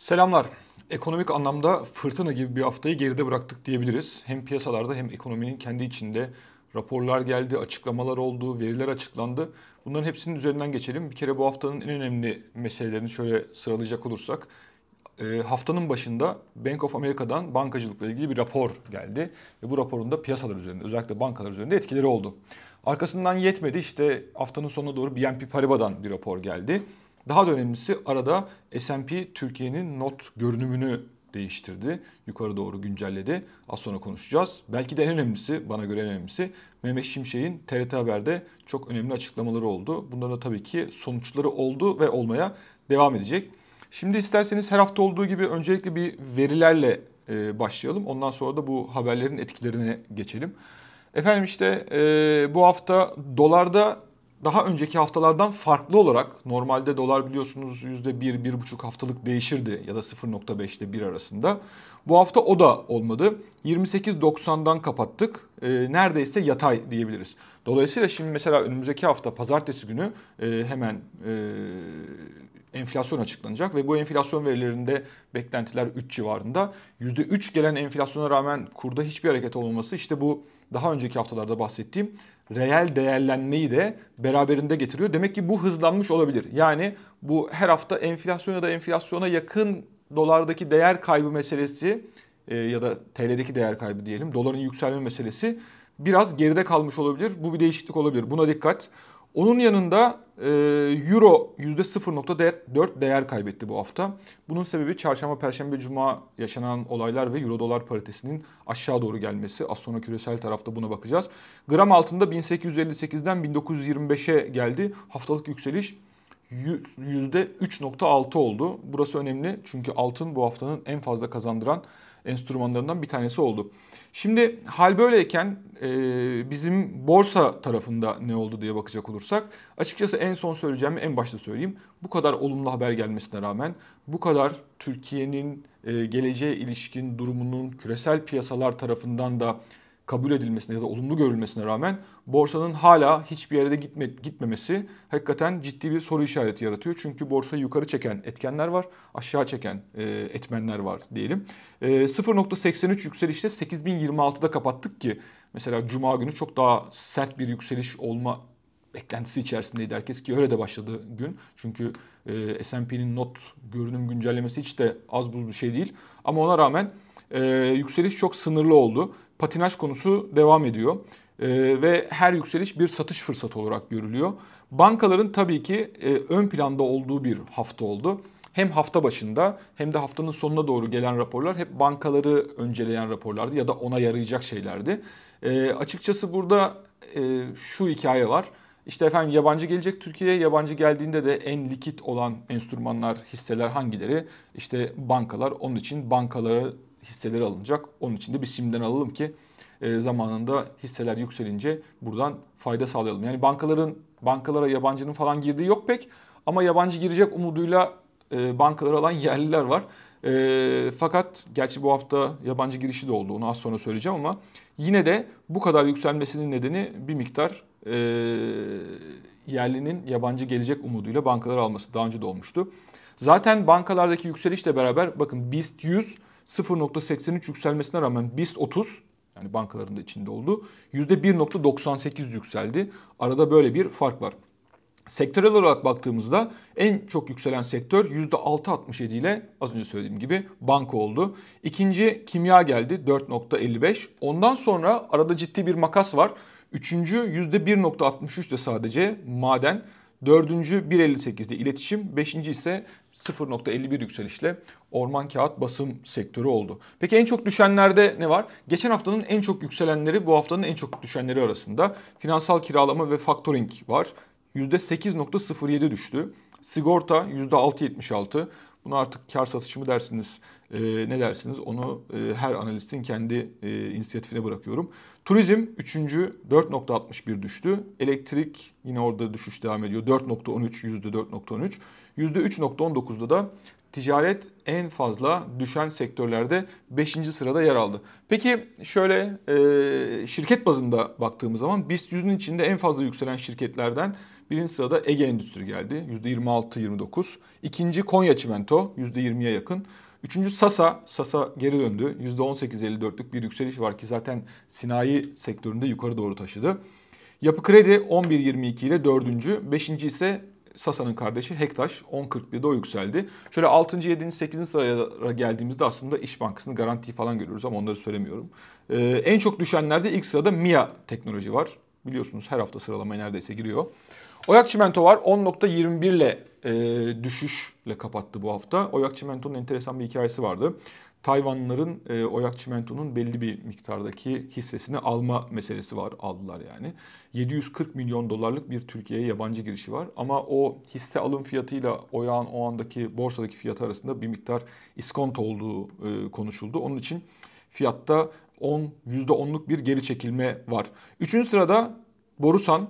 Selamlar. Ekonomik anlamda fırtına gibi bir haftayı geride bıraktık diyebiliriz. Hem piyasalarda hem ekonominin kendi içinde raporlar geldi, açıklamalar oldu, veriler açıklandı. Bunların hepsinin üzerinden geçelim. Bir kere bu haftanın en önemli meselelerini şöyle sıralayacak olursak, haftanın başında Bank of America'dan bankacılıkla ilgili bir rapor geldi. Ve bu raporun da piyasalar üzerinde, özellikle bankalar üzerinde etkileri oldu. Arkasından yetmedi, işte haftanın sonuna doğru BNP Paribas'dan bir rapor geldi. Daha da önemlisi arada S&P Türkiye'nin not görünümünü değiştirdi. Yukarı doğru güncelledi. Az sonra konuşacağız. Belki de en önemlisi, bana göre en önemlisi Mehmet Şimşek'in TRT Haber'de çok önemli açıklamaları oldu. Bunların da tabii ki sonuçları oldu ve olmaya devam edecek. Şimdi isterseniz her hafta olduğu gibi öncelikle bir verilerle başlayalım. Ondan sonra da bu haberlerin etkilerine geçelim. Efendim işte bu hafta dolarda daha önceki haftalardan farklı olarak, normalde dolar biliyorsunuz %1-1,5 haftalık değişirdi ya da 0,5 ile 1 arasında. Bu hafta o da olmadı. 28.90'dan kapattık. Neredeyse yatay diyebiliriz. Dolayısıyla şimdi mesela önümüzdeki hafta pazartesi günü hemen enflasyon açıklanacak ve bu enflasyon verilerinde beklentiler 3 civarında. %3 gelen enflasyona rağmen kurda hiçbir hareket olmaması, işte bu daha önceki haftalarda bahsettiğim reel değerlenmeyi de beraberinde getiriyor. Demek ki bu hızlanmış olabilir. Yani bu her hafta enflasyon ya da enflasyona yakın dolardaki değer kaybı meselesi ya da TL'deki değer kaybı diyelim, doların yükselme meselesi biraz geride kalmış olabilir. Bu bir değişiklik olabilir. Buna dikkat. Onun yanında Euro %0,4 değer kaybetti bu hafta. Bunun sebebi çarşamba, perşembe, cuma yaşanan olaylar ve Euro dolar paritesinin aşağı doğru gelmesi. Az sonra küresel tarafta buna bakacağız. Gram altında 1858'den 1925'e geldi. Haftalık yükseliş %3,6 oldu. Burası önemli çünkü altın bu haftanın en fazla kazandıran enstrümanlarından bir tanesi oldu. Şimdi hal böyleyken bizim borsa tarafında ne oldu diye bakacak olursak, açıkçası en son söyleyeceğimi en başta söyleyeyim. Bu kadar olumlu haber gelmesine rağmen, bu kadar Türkiye'nin geleceğe ilişkin durumunun küresel piyasalar tarafından da kabul edilmesine ya da olumlu görülmesine rağmen borsanın hala hiçbir yere de gitmemesi hakikaten ciddi bir soru işareti yaratıyor. Çünkü borsayı yukarı çeken etkenler var, aşağı çeken etmenler var diyelim. 0,83 yükselişte 8026'da kapattık ki mesela Cuma günü çok daha sert bir yükseliş olma beklentisi içerisindeydi herkes, ki öyle de başladı gün. Çünkü S&P'nin not görünüm güncellemesi hiç de az buz bir şey değil. Ama ona rağmen yükseliş çok sınırlı oldu. Patinaj konusu devam ediyor. Ve her yükseliş bir satış fırsatı olarak görülüyor. Bankaların tabii ki ön planda olduğu bir hafta oldu. Hem hafta başında hem de haftanın sonuna doğru gelen raporlar hep bankaları önceleyen raporlardı ya da ona yarayacak şeylerdi. Açıkçası burada şu hikaye var. İşte efendim, yabancı gelecek Türkiye'ye. Yabancı geldiğinde de en likit olan enstrümanlar, hisseler hangileri? İşte bankalar. Onun için bankalara hisseleri alınacak. Onun için de bir şimdiden alalım ki zamanında hisseler yükselince buradan fayda sağlayalım. Yani bankalara yabancının falan girdiği yok pek, ama yabancı girecek umuduyla bankaları alan yerliler var. Fakat gerçi bu hafta yabancı girişi de oldu. Onu az sonra söyleyeceğim, ama yine de bu kadar yükselmesinin nedeni bir miktar yerlinin yabancı gelecek umuduyla bankaları alması. Daha önce de olmuştu. Zaten bankalardaki yükselişle beraber bakın, BIST 100 0,83 yükselmesine rağmen BIST 30, yani bankaların da içinde olduğu, %1,98 yükseldi. Arada böyle bir fark var. Sektörel olarak baktığımızda en çok yükselen sektör %6,67 ile az önce söylediğim gibi banka oldu. İkinci kimya geldi 4,55. Ondan sonra arada ciddi bir makas var. Üçüncü %1,63 de sadece maden. Dördüncü 1,58'de iletişim. Beşinci ise 0,51 yükselişle orman, kağıt, basım sektörü oldu. Peki en çok düşenlerde ne var? Geçen haftanın en çok yükselenleri bu haftanın en çok düşenleri arasında. Finansal kiralama ve factoring var. %8,07 düştü. Sigorta %6,76. Bunu artık kar satışı mı dersiniz, ne dersiniz? Onu her analistin kendi inisiyatifine bırakıyorum. Turizm 3. 4,61 düştü. Elektrik yine orada düşüş devam ediyor. %4,13. %3,19'da da ticaret en fazla düşen sektörlerde 5. sırada yer aldı. Peki şöyle şirket bazında baktığımız zaman BIST 100'ün içinde en fazla yükselen şirketlerden birinci sırada Ege Endüstri geldi. %26-29. İkinci Konya Çimento %20'ye yakın. Üçüncü Sasa. Sasa geri döndü. %18.54'lük bir yükseliş var ki zaten sanayi sektöründe yukarı doğru taşıdı. Yapı Kredi 11.22 ile dördüncü. Beşinci ise Sasa'nın kardeşi Hektaş 10.41'de o yükseldi. Şöyle 6. 7. 8. sıraya geldiğimizde aslında İş Bankası'nı, Garanti'yi falan görüyoruz ama onları söylemiyorum. En çok düşenlerde ilk sırada MİA Teknoloji var. Biliyorsunuz her hafta sıralamaya neredeyse giriyor. Oyak Çimento var 10.21 ile düşüşle kapattı bu hafta. Oyak Çimento'nun enteresan bir hikayesi vardı. Tayvanlıların Oyak Çimento'nun belli bir miktardaki hissesini alma meselesi var. Aldılar yani. 740 milyon dolarlık bir Türkiye'ye yabancı girişi var. Ama o hisse alım fiyatıyla Oyak'ın o andaki borsadaki fiyatı arasında bir miktar iskonto olduğu konuşuldu. Onun için fiyatta %10'luk bir geri çekilme var. Üçüncü sırada Borusan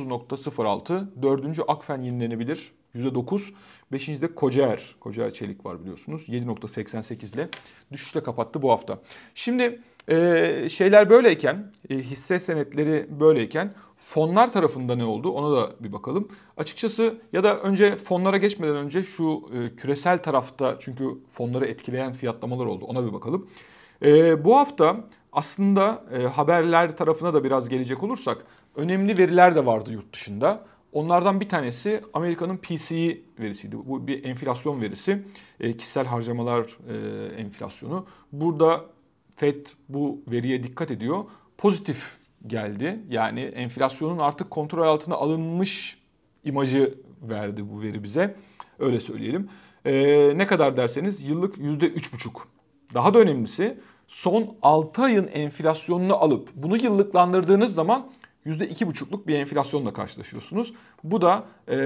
9.06, dördüncü Akfen Yenilenebilir %9, beşinci de Kocaer, Kocaer Çelik var biliyorsunuz 7.88 ile düşüşle kapattı bu hafta. Şimdi şeyler böyleyken, hisse senetleri böyleyken fonlar tarafında ne oldu ona da bir bakalım. Açıkçası ya da önce fonlara geçmeden önce şu küresel tarafta çünkü fonları etkileyen fiyatlamalar oldu ona bir bakalım. Bu hafta aslında haberler tarafına da biraz gelecek olursak önemli veriler de vardı yurt dışında. Onlardan bir tanesi Amerika'nın PCE verisiydi. Bu bir enflasyon verisi. Kişisel harcamalar enflasyonu. Burada Fed bu veriye dikkat ediyor. Pozitif geldi. Yani enflasyonun artık kontrol altına alınmış imajı verdi bu veri bize. Öyle söyleyelim. Ne kadar derseniz yıllık %3,5. Daha da önemlisi son 6 ayın enflasyonunu alıp bunu yıllıklandırdığınız zaman %2,5'luk bir enflasyonla karşılaşıyorsunuz. Bu da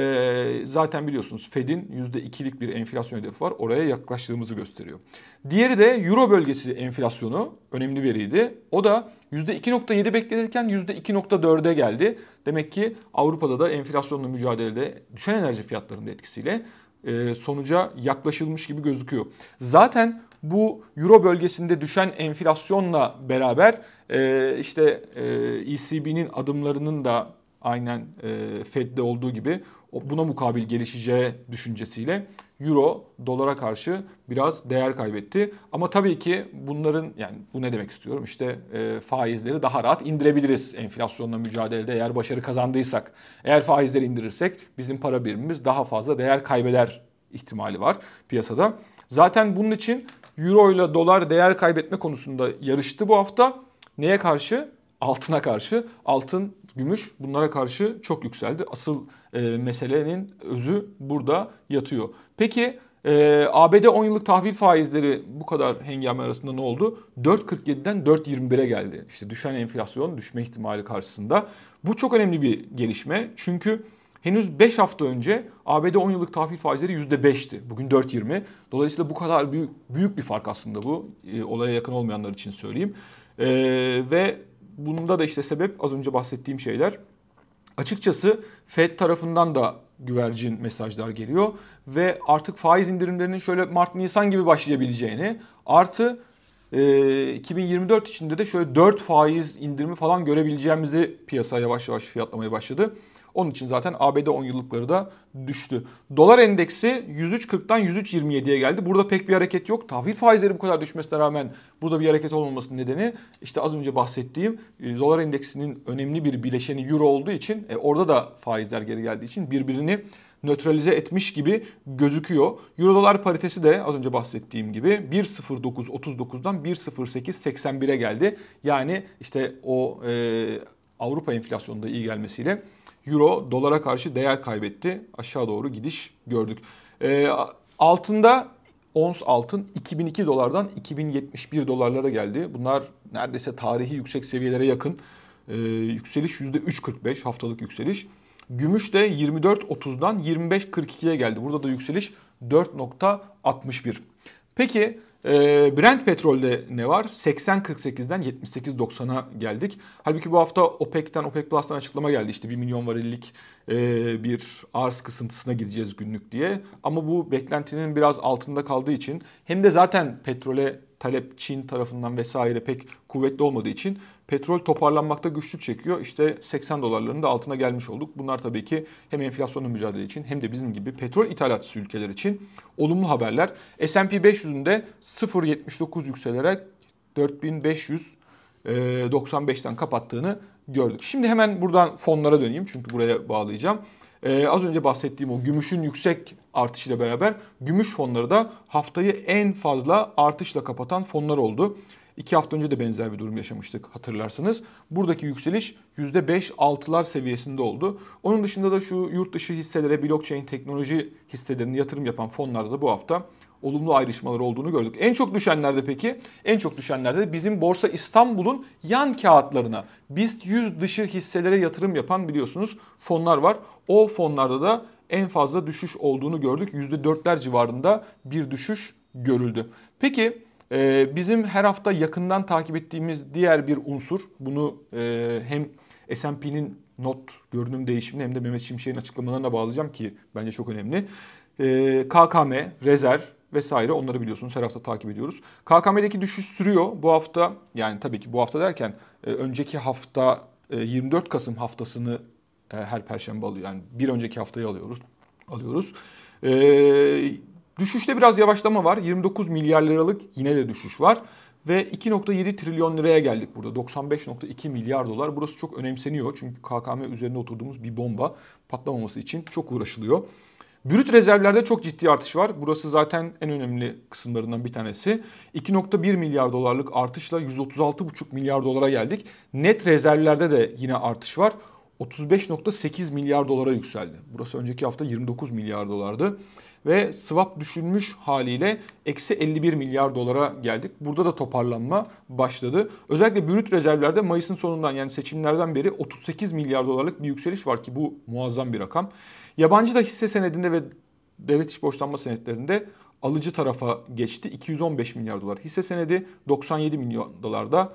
zaten biliyorsunuz Fed'in %2'lik bir enflasyon hedefi var. Oraya yaklaştığımızı gösteriyor. Diğeri de Euro bölgesi enflasyonu önemli veriydi. O da %2,7 beklenirken %2,4'e geldi. Demek ki Avrupa'da da enflasyonla mücadelede düşen enerji fiyatlarının etkisiyle sonuca yaklaşılmış gibi gözüküyor. Zaten bu Euro bölgesinde düşen enflasyonla beraber ECB'nin adımlarının da aynen Fed'de olduğu gibi buna mukabil gelişeceği düşüncesiyle Euro dolara karşı biraz değer kaybetti. Ama tabii ki bunların yani bu ne demek istiyorum işte faizleri daha rahat indirebiliriz enflasyonla mücadelede eğer başarı kazandıysak. Eğer faizleri indirirsek bizim para birimimiz daha fazla değer kaybeder ihtimali var piyasada. Zaten bunun için Euro ile dolar değer kaybetme konusunda yarıştı bu hafta. Neye karşı? Altına karşı. Altın, gümüş bunlara karşı çok yükseldi. Asıl meselenin özü burada yatıyor. Peki ABD 10 yıllık tahvil faizleri bu kadar hengame arasında ne oldu? 4.47'den 4.21'e geldi. İşte düşen enflasyon, düşme ihtimali karşısında. Bu çok önemli bir gelişme. Çünkü henüz 5 hafta önce ABD 10 yıllık tahvil faizleri %5'ti. Bugün 4.20. Dolayısıyla bu kadar büyük bir fark aslında bu. Olaya yakın olmayanlar için söyleyeyim. Ve bunda da işte sebep az önce bahsettiğim şeyler. Açıkçası Fed tarafından da güvercin mesajlar geliyor. Ve artık faiz indirimlerinin şöyle Mart-Nisan gibi başlayabileceğini artı 2024 içinde de şöyle 4 faiz indirimi falan görebileceğimizi piyasa yavaş yavaş fiyatlamaya başladı. Onun için zaten ABD 10 yıllıkları da düştü. Dolar endeksi 103.40'dan 103.27'ye geldi. Burada pek bir hareket yok. Tahvil faizleri bu kadar düşmesine rağmen burada bir hareket olmamasının nedeni işte az önce bahsettiğim dolar endeksinin önemli bir bileşeni euro olduğu için orada da faizler geri geldiği için birbirini nötralize etmiş gibi gözüküyor. Euro dolar paritesi de az önce bahsettiğim gibi 1.09.39'dan 1.08.81'e geldi. Yani işte o Avrupa enflasyonunda iyi gelmesiyle Euro dolara karşı değer kaybetti. Aşağı doğru gidiş gördük. Altında ons altın 2002 dolardan 2071 dolarlara geldi. Bunlar neredeyse tarihi yüksek seviyelere yakın. Yükseliş %3.45 haftalık yükseliş. Gümüş de 24.30'dan 25.42'ye geldi. Burada da yükseliş 4.61. Peki Brent petrolde ne var? 80.48'den 78.90'a geldik. Halbuki bu hafta OPEC'ten, OPEC Plus'tan açıklama geldi. İşte 1 milyon varillik bir arz kısıntısına gideceğiz günlük diye. Ama bu beklentinin biraz altında kaldığı için hem de zaten petrole talep Çin tarafından vesaire pek kuvvetli olmadığı için petrol toparlanmakta güçlük çekiyor. İşte 80 dolarların da altına gelmiş olduk. Bunlar tabii ki hem enflasyonla mücadele için hem de bizim gibi petrol ithalatçısı ülkeler için olumlu haberler. S&P 500'ün de 0.79 yükselerek 4595'ten kapattığını gördük. Şimdi hemen buradan fonlara döneyim çünkü buraya bağlayacağım. Az önce bahsettiğim o gümüşün yüksek artışıyla beraber gümüş fonları da haftayı en fazla artışla kapatan fonlar oldu. 2 hafta önce de benzer bir durum yaşamıştık hatırlarsınız. Buradaki yükseliş %5-6'lar seviyesinde oldu. Onun dışında da şu yurt dışı hisselere, blockchain teknoloji hisselerine yatırım yapan fonlarda da bu hafta olumlu ayrışmalar olduğunu gördük. En çok düşenlerde peki? En çok düşenlerde bizim Borsa İstanbul'un yan kağıtlarına, BIST 100 dışı hisselere yatırım yapan biliyorsunuz fonlar var. O fonlarda da en fazla düşüş olduğunu gördük. %4'ler civarında bir düşüş görüldü. Peki bizim her hafta yakından takip ettiğimiz diğer bir unsur, bunu hem S&P'nin not görünüm değişimini hem de Mehmet Şimşek'in açıklamalarına bağlayacağım ki bence çok önemli. KKM, rezerv vesaire onları biliyorsunuz her hafta takip ediyoruz. KKM'deki düşüş sürüyor. Bu hafta yani tabii ki bu hafta derken önceki hafta 24 Kasım haftasını her perşembe alıyor. Yani bir önceki haftayı alıyoruz. Düşüşte biraz yavaşlama var. 29 milyar liralık yine de düşüş var. Ve 2.7 trilyon liraya geldik burada. 95.2 milyar dolar. Burası çok önemseniyor. Çünkü KKM üzerinde oturduğumuz bir bomba patlamaması için çok uğraşılıyor. Brüt rezervlerde çok ciddi artış var. Burası zaten en önemli kısımlarından bir tanesi. 2.1 milyar dolarlık artışla 136.5 milyar dolara geldik. Net rezervlerde de yine artış var. 35.8 milyar dolara yükseldi. Burası önceki hafta 29 milyar dolardı. Ve swap düşünmüş haliyle eksi 51 milyar dolara geldik. Burada da toparlanma başladı. Özellikle brüt rezervlerde Mayıs'ın sonundan yani seçimlerden beri 38 milyar dolarlık bir yükseliş var ki bu muazzam bir rakam. Yabancı da hisse senedinde ve devlet iş borçlanma senetlerinde alıcı tarafa geçti. 215 milyar dolar hisse senedi, 97 milyon dolarda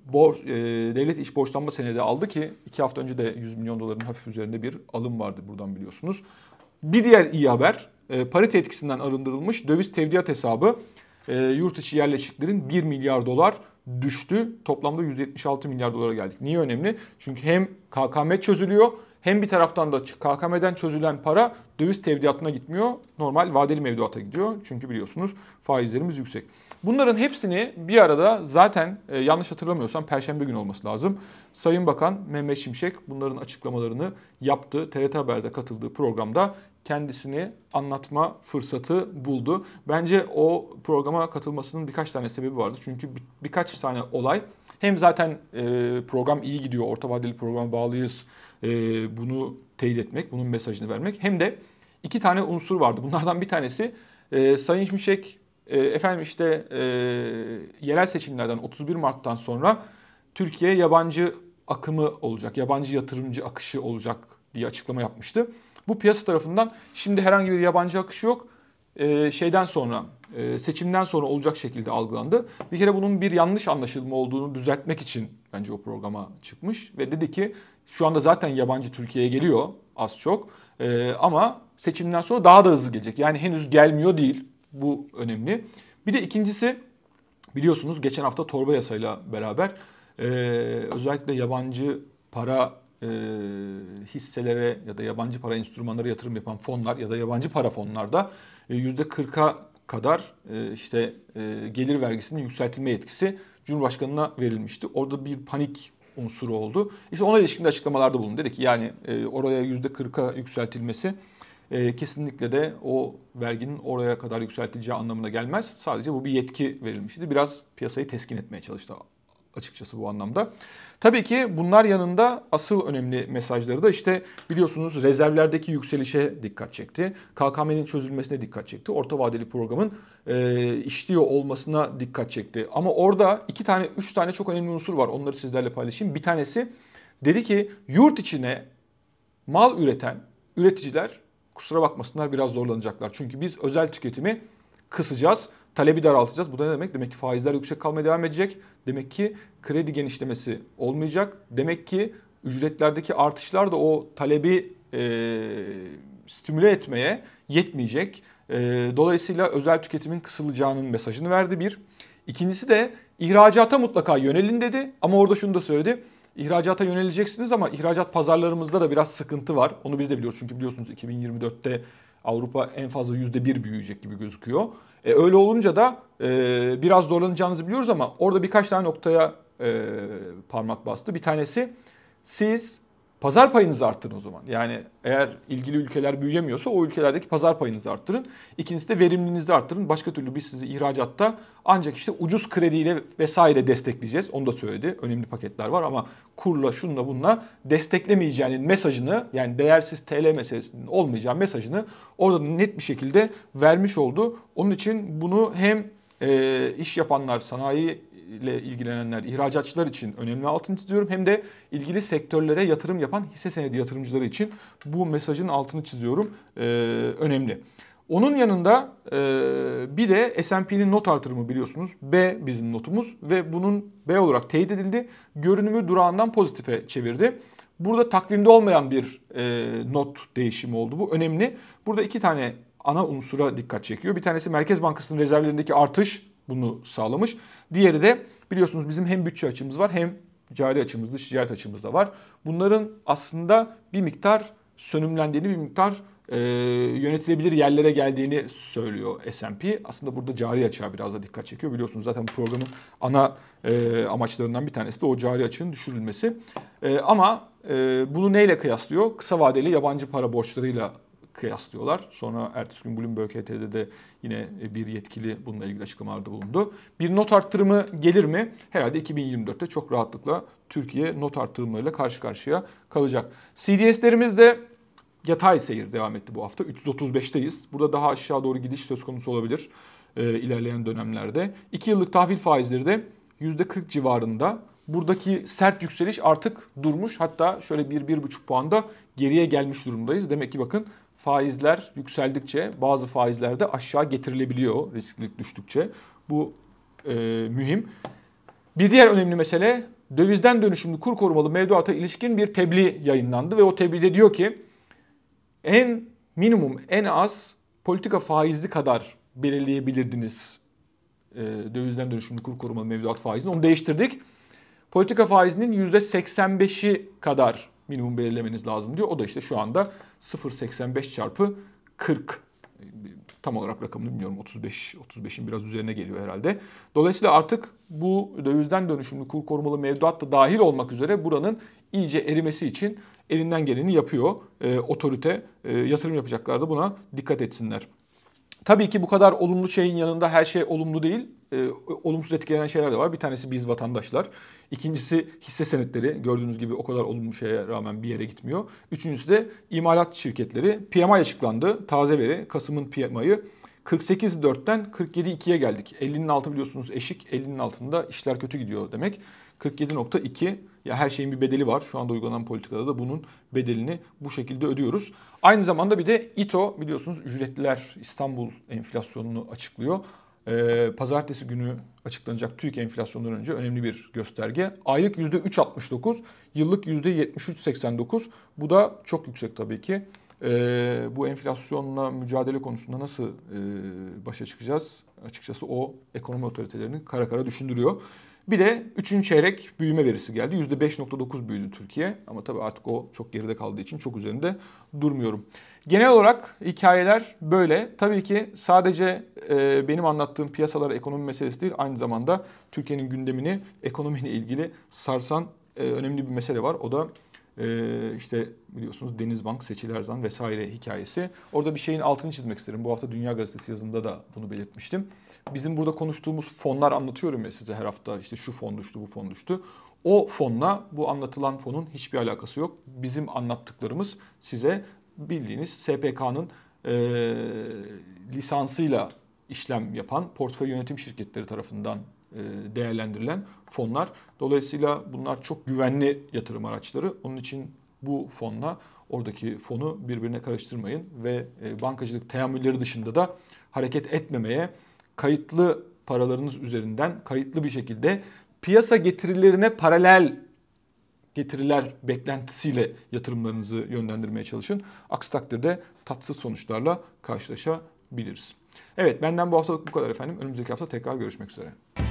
devlet iş borçlanma senedi aldı ki 2 hafta önce de 100 milyon doların hafif üzerinde bir alım vardı buradan biliyorsunuz. Bir diğer iyi haber parite etkisinden arındırılmış döviz tevdiat hesabı yurt içi yerleşiklerin 1 milyar dolar düştü. Toplamda 176 milyar dolara geldik. Niye önemli? Çünkü hem KKM çözülüyor hem bir taraftan da KKM'den çözülen para döviz tevdiatına gitmiyor. Normal vadeli mevduata gidiyor. Çünkü biliyorsunuz faizlerimiz yüksek. Bunların hepsini bir arada zaten yanlış hatırlamıyorsam Perşembe günü olması lazım. Sayın Bakan Mehmet Şimşek bunların açıklamalarını yaptı. TRT Haber'de katıldığı programda kendisini anlatma fırsatı buldu. Bence o programa katılmasının birkaç tane sebebi vardı. Çünkü birkaç tane olay hem zaten program iyi gidiyor, orta vadeli programa bağlıyız, bunu teyit etmek, bunun mesajını vermek. Hem de iki tane unsur vardı. Bunlardan bir tanesi Sayın Şimşek efendim işte yerel seçimlerden 31 Mart'tan sonra Türkiye yabancı akımı olacak, yabancı yatırımcı akışı olacak diye açıklama yapmıştı. Bu piyasa tarafından şimdi herhangi bir yabancı akışı yok. Seçimden sonra olacak şekilde algılandı. Bir kere bunun bir yanlış anlaşılma olduğunu düzeltmek için bence o programa çıkmış. Ve dedi ki şu anda zaten yabancı Türkiye'ye geliyor az çok. Ama seçimden sonra daha da hızlı gelecek. Yani henüz gelmiyor değil. Bu önemli. Bir de ikincisi biliyorsunuz geçen hafta torba yasayla beraber özellikle yabancı para hisselere ya da yabancı para enstrümanlara yatırım yapan fonlar ya da yabancı para fonlarda %40'a kadar gelir vergisinin yükseltilme yetkisi Cumhurbaşkanı'na verilmişti. Orada bir panik unsuru oldu. İşte ona ilişkin de açıklamalarda bulundu. Dedi ki yani oraya %40'a yükseltilmesi kesinlikle de o verginin oraya kadar yükseltileceği anlamına gelmez. Sadece bu bir yetki verilmişti. Biraz piyasayı teskin etmeye çalıştı açıkçası bu anlamda. Tabii ki bunlar yanında asıl önemli mesajları da işte biliyorsunuz rezervlerdeki yükselişe dikkat çekti. KKM'nin çözülmesine dikkat çekti. Orta vadeli programın işliyor olmasına dikkat çekti. Ama orada 3 tane çok önemli unsur var. Onları sizlerle paylaşayım. Bir tanesi dedi ki yurt içine mal üreten üreticiler kusura bakmasınlar biraz zorlanacaklar. Çünkü biz özel tüketimi kısacağız. talebi daraltacağız. Bu da ne demek? Demek ki faizler yüksek kalmaya devam edecek. Demek ki kredi genişlemesi olmayacak. Demek ki ücretlerdeki artışlar da o talebi stimüle etmeye yetmeyecek. Dolayısıyla özel tüketimin kısılacağının mesajını verdi bir. İkincisi de ihracata mutlaka yönelin dedi ama orada şunu da söyledi. İhracata yöneleceksiniz ama ihracat pazarlarımızda da biraz sıkıntı var. Onu biz de biliyoruz çünkü biliyorsunuz 2024'te Avrupa en fazla %1 büyüyecek gibi gözüküyor. Öyle olunca da biraz zorlanacağınızı biliyoruz ama orada birkaç tane noktaya parmak bastı. Bir tanesi siz pazar payınızı arttırın o zaman. Yani eğer ilgili ülkeler büyüyemiyorsa o ülkelerdeki pazar payınızı arttırın. İkincisi de verimliliğinizi arttırın. Başka türlü biz sizi ihracatta ancak işte ucuz krediyle vesaire destekleyeceğiz. Onu da söyledi. Önemli paketler var ama kurla şunla bunla desteklemeyeceğinin mesajını, yani değersiz TL meselesinin olmayacağı mesajını orada net bir şekilde vermiş oldu. Onun için bunu hem iş yapanlar, sanayi ile ilgilenenler, ihracatçılar için önemli, altını çiziyorum. Hem de ilgili sektörlere yatırım yapan hisse senedi yatırımcıları için bu mesajın altını çiziyorum. Önemli. Onun yanında bir de S&P'nin not artırımı biliyorsunuz. B bizim notumuz ve bunun B olarak teyit edildi. Görünümü durağından pozitife çevirdi. Burada takvimde olmayan bir not değişimi oldu. Bu önemli. Burada iki tane ana unsura dikkat çekiyor. Bir tanesi Merkez Bankası'nın rezervlerindeki artış bunu sağlamış. Diğeri de biliyorsunuz bizim hem bütçe açımız var hem cari açımız, dış ticaret açımız da var. Bunların aslında bir miktar sönümlendiğini, bir miktar yönetilebilir yerlere geldiğini söylüyor S&P. Aslında burada cari açığa biraz da dikkat çekiyor. Biliyorsunuz zaten bu programın ana amaçlarından bir tanesi de o cari açığın düşürülmesi. Ama bunu neyle kıyaslıyor? Kısa vadeli yabancı para borçlarıyla kıyaslıyorlar. Sonra ertesi gün Bloomberg HT'de de yine bir yetkili bununla ilgili açıklamalarda bulundu. Bir not arttırımı gelir mi? Herhalde 2024'te çok rahatlıkla Türkiye not arttırımlarıyla karşı karşıya kalacak. CDS'lerimiz de yatay seyir devam etti bu hafta. 335'teyiz. Burada daha aşağı doğru gidiş söz konusu olabilir ilerleyen dönemlerde. 2 yıllık tahvil faizleri de %40 civarında. Buradaki sert yükseliş artık durmuş. Hatta şöyle 1-1,5 puanda geriye gelmiş durumdayız. Demek ki bakın faizler yükseldikçe bazı faizler de aşağı getirilebiliyor risklilik düştükçe. Bu mühim. Bir diğer önemli mesele dövizden dönüşümlü kur korumalı mevduata ilişkin bir tebliğ yayınlandı ve o tebliğde diyor ki en minimum en az politika faizi kadar belirleyebilirdiniz dövizden dönüşümlü kur korumalı mevduat faizini. Onu değiştirdik. Politika faizinin %85'i kadar minimum belirlemeniz lazım diyor. O da işte şu anda 0,85 çarpı 40. Tam olarak rakamını bilmiyorum. 35'in biraz üzerine geliyor herhalde. Dolayısıyla artık bu dövizden dönüşümlü kur korumalı mevduat da dahil olmak üzere buranın iyice erimesi için elinden geleni yapıyor. Otorite, yatırım yapacaklar da buna dikkat etsinler. Tabii ki bu kadar olumlu şeyin yanında her şey olumlu değil. Olumsuz etkilenen şeyler de var. Bir tanesi biz vatandaşlar. İkincisi hisse senetleri. Gördüğünüz gibi o kadar olumlu şeye rağmen bir yere gitmiyor. Üçüncüsü de imalat şirketleri. PMI açıklandı. Taze veri. Kasım'ın PMI'ı. 48.4'ten 47.2'ye geldik. 50'nin altı biliyorsunuz eşik. 50'nin altında işler kötü gidiyor demek. 47.2. Ya her şeyin bir bedeli var. Şu anda uygulanan politikada da bunun bedelini bu şekilde ödüyoruz. Aynı zamanda bir de İTO biliyorsunuz ücretliler İstanbul enflasyonunu açıklıyor. Pazartesi günü açıklanacak TÜİK enflasyonundan önce önemli bir gösterge. Aylık %3.69, yıllık %73.89. Bu da çok yüksek tabii ki. Bu enflasyonla mücadele konusunda nasıl başa çıkacağız? Açıkçası o ekonomi otoritelerinin kara kara düşündürüyor. Bir de 3. çeyrek büyüme verisi geldi. %5.9 büyüdü Türkiye. Ama tabii artık o çok geride kaldığı için çok üzerinde durmuyorum. Genel olarak hikayeler böyle. Tabii ki sadece benim anlattığım piyasalar ekonomi meselesi değil. Aynı zamanda Türkiye'nin gündemini ekonomiyle ilgili sarsan önemli bir mesele var. O da işte biliyorsunuz Denizbank, Seçil Erzan vesaire hikayesi. Orada bir şeyin altını çizmek isterim. Bu hafta Dünya Gazetesi yazında da bunu belirtmiştim. Bizim burada konuştuğumuz fonlar anlatıyorum ya size her hafta işte şu fon düştü, bu fon düştü. O fonla bu anlatılan fonun hiçbir alakası yok. Bizim anlattıklarımız size bildiğiniz SPK'nın lisansıyla işlem yapan portföy yönetim şirketleri tarafından değerlendirilen fonlar. Dolayısıyla bunlar çok güvenli yatırım araçları. Onun için bu fonla oradaki fonu birbirine karıştırmayın ve bankacılık teamülleri dışında da hareket etmemeye, kayıtlı paralarınız üzerinden kayıtlı bir şekilde piyasa getirilerine paralel getiriler beklentisiyle yatırımlarınızı yönlendirmeye çalışın. Aksi takdirde tatsız sonuçlarla karşılaşabiliriz. Evet, benden bu haftalık bu kadar efendim. Önümüzdeki hafta tekrar görüşmek üzere.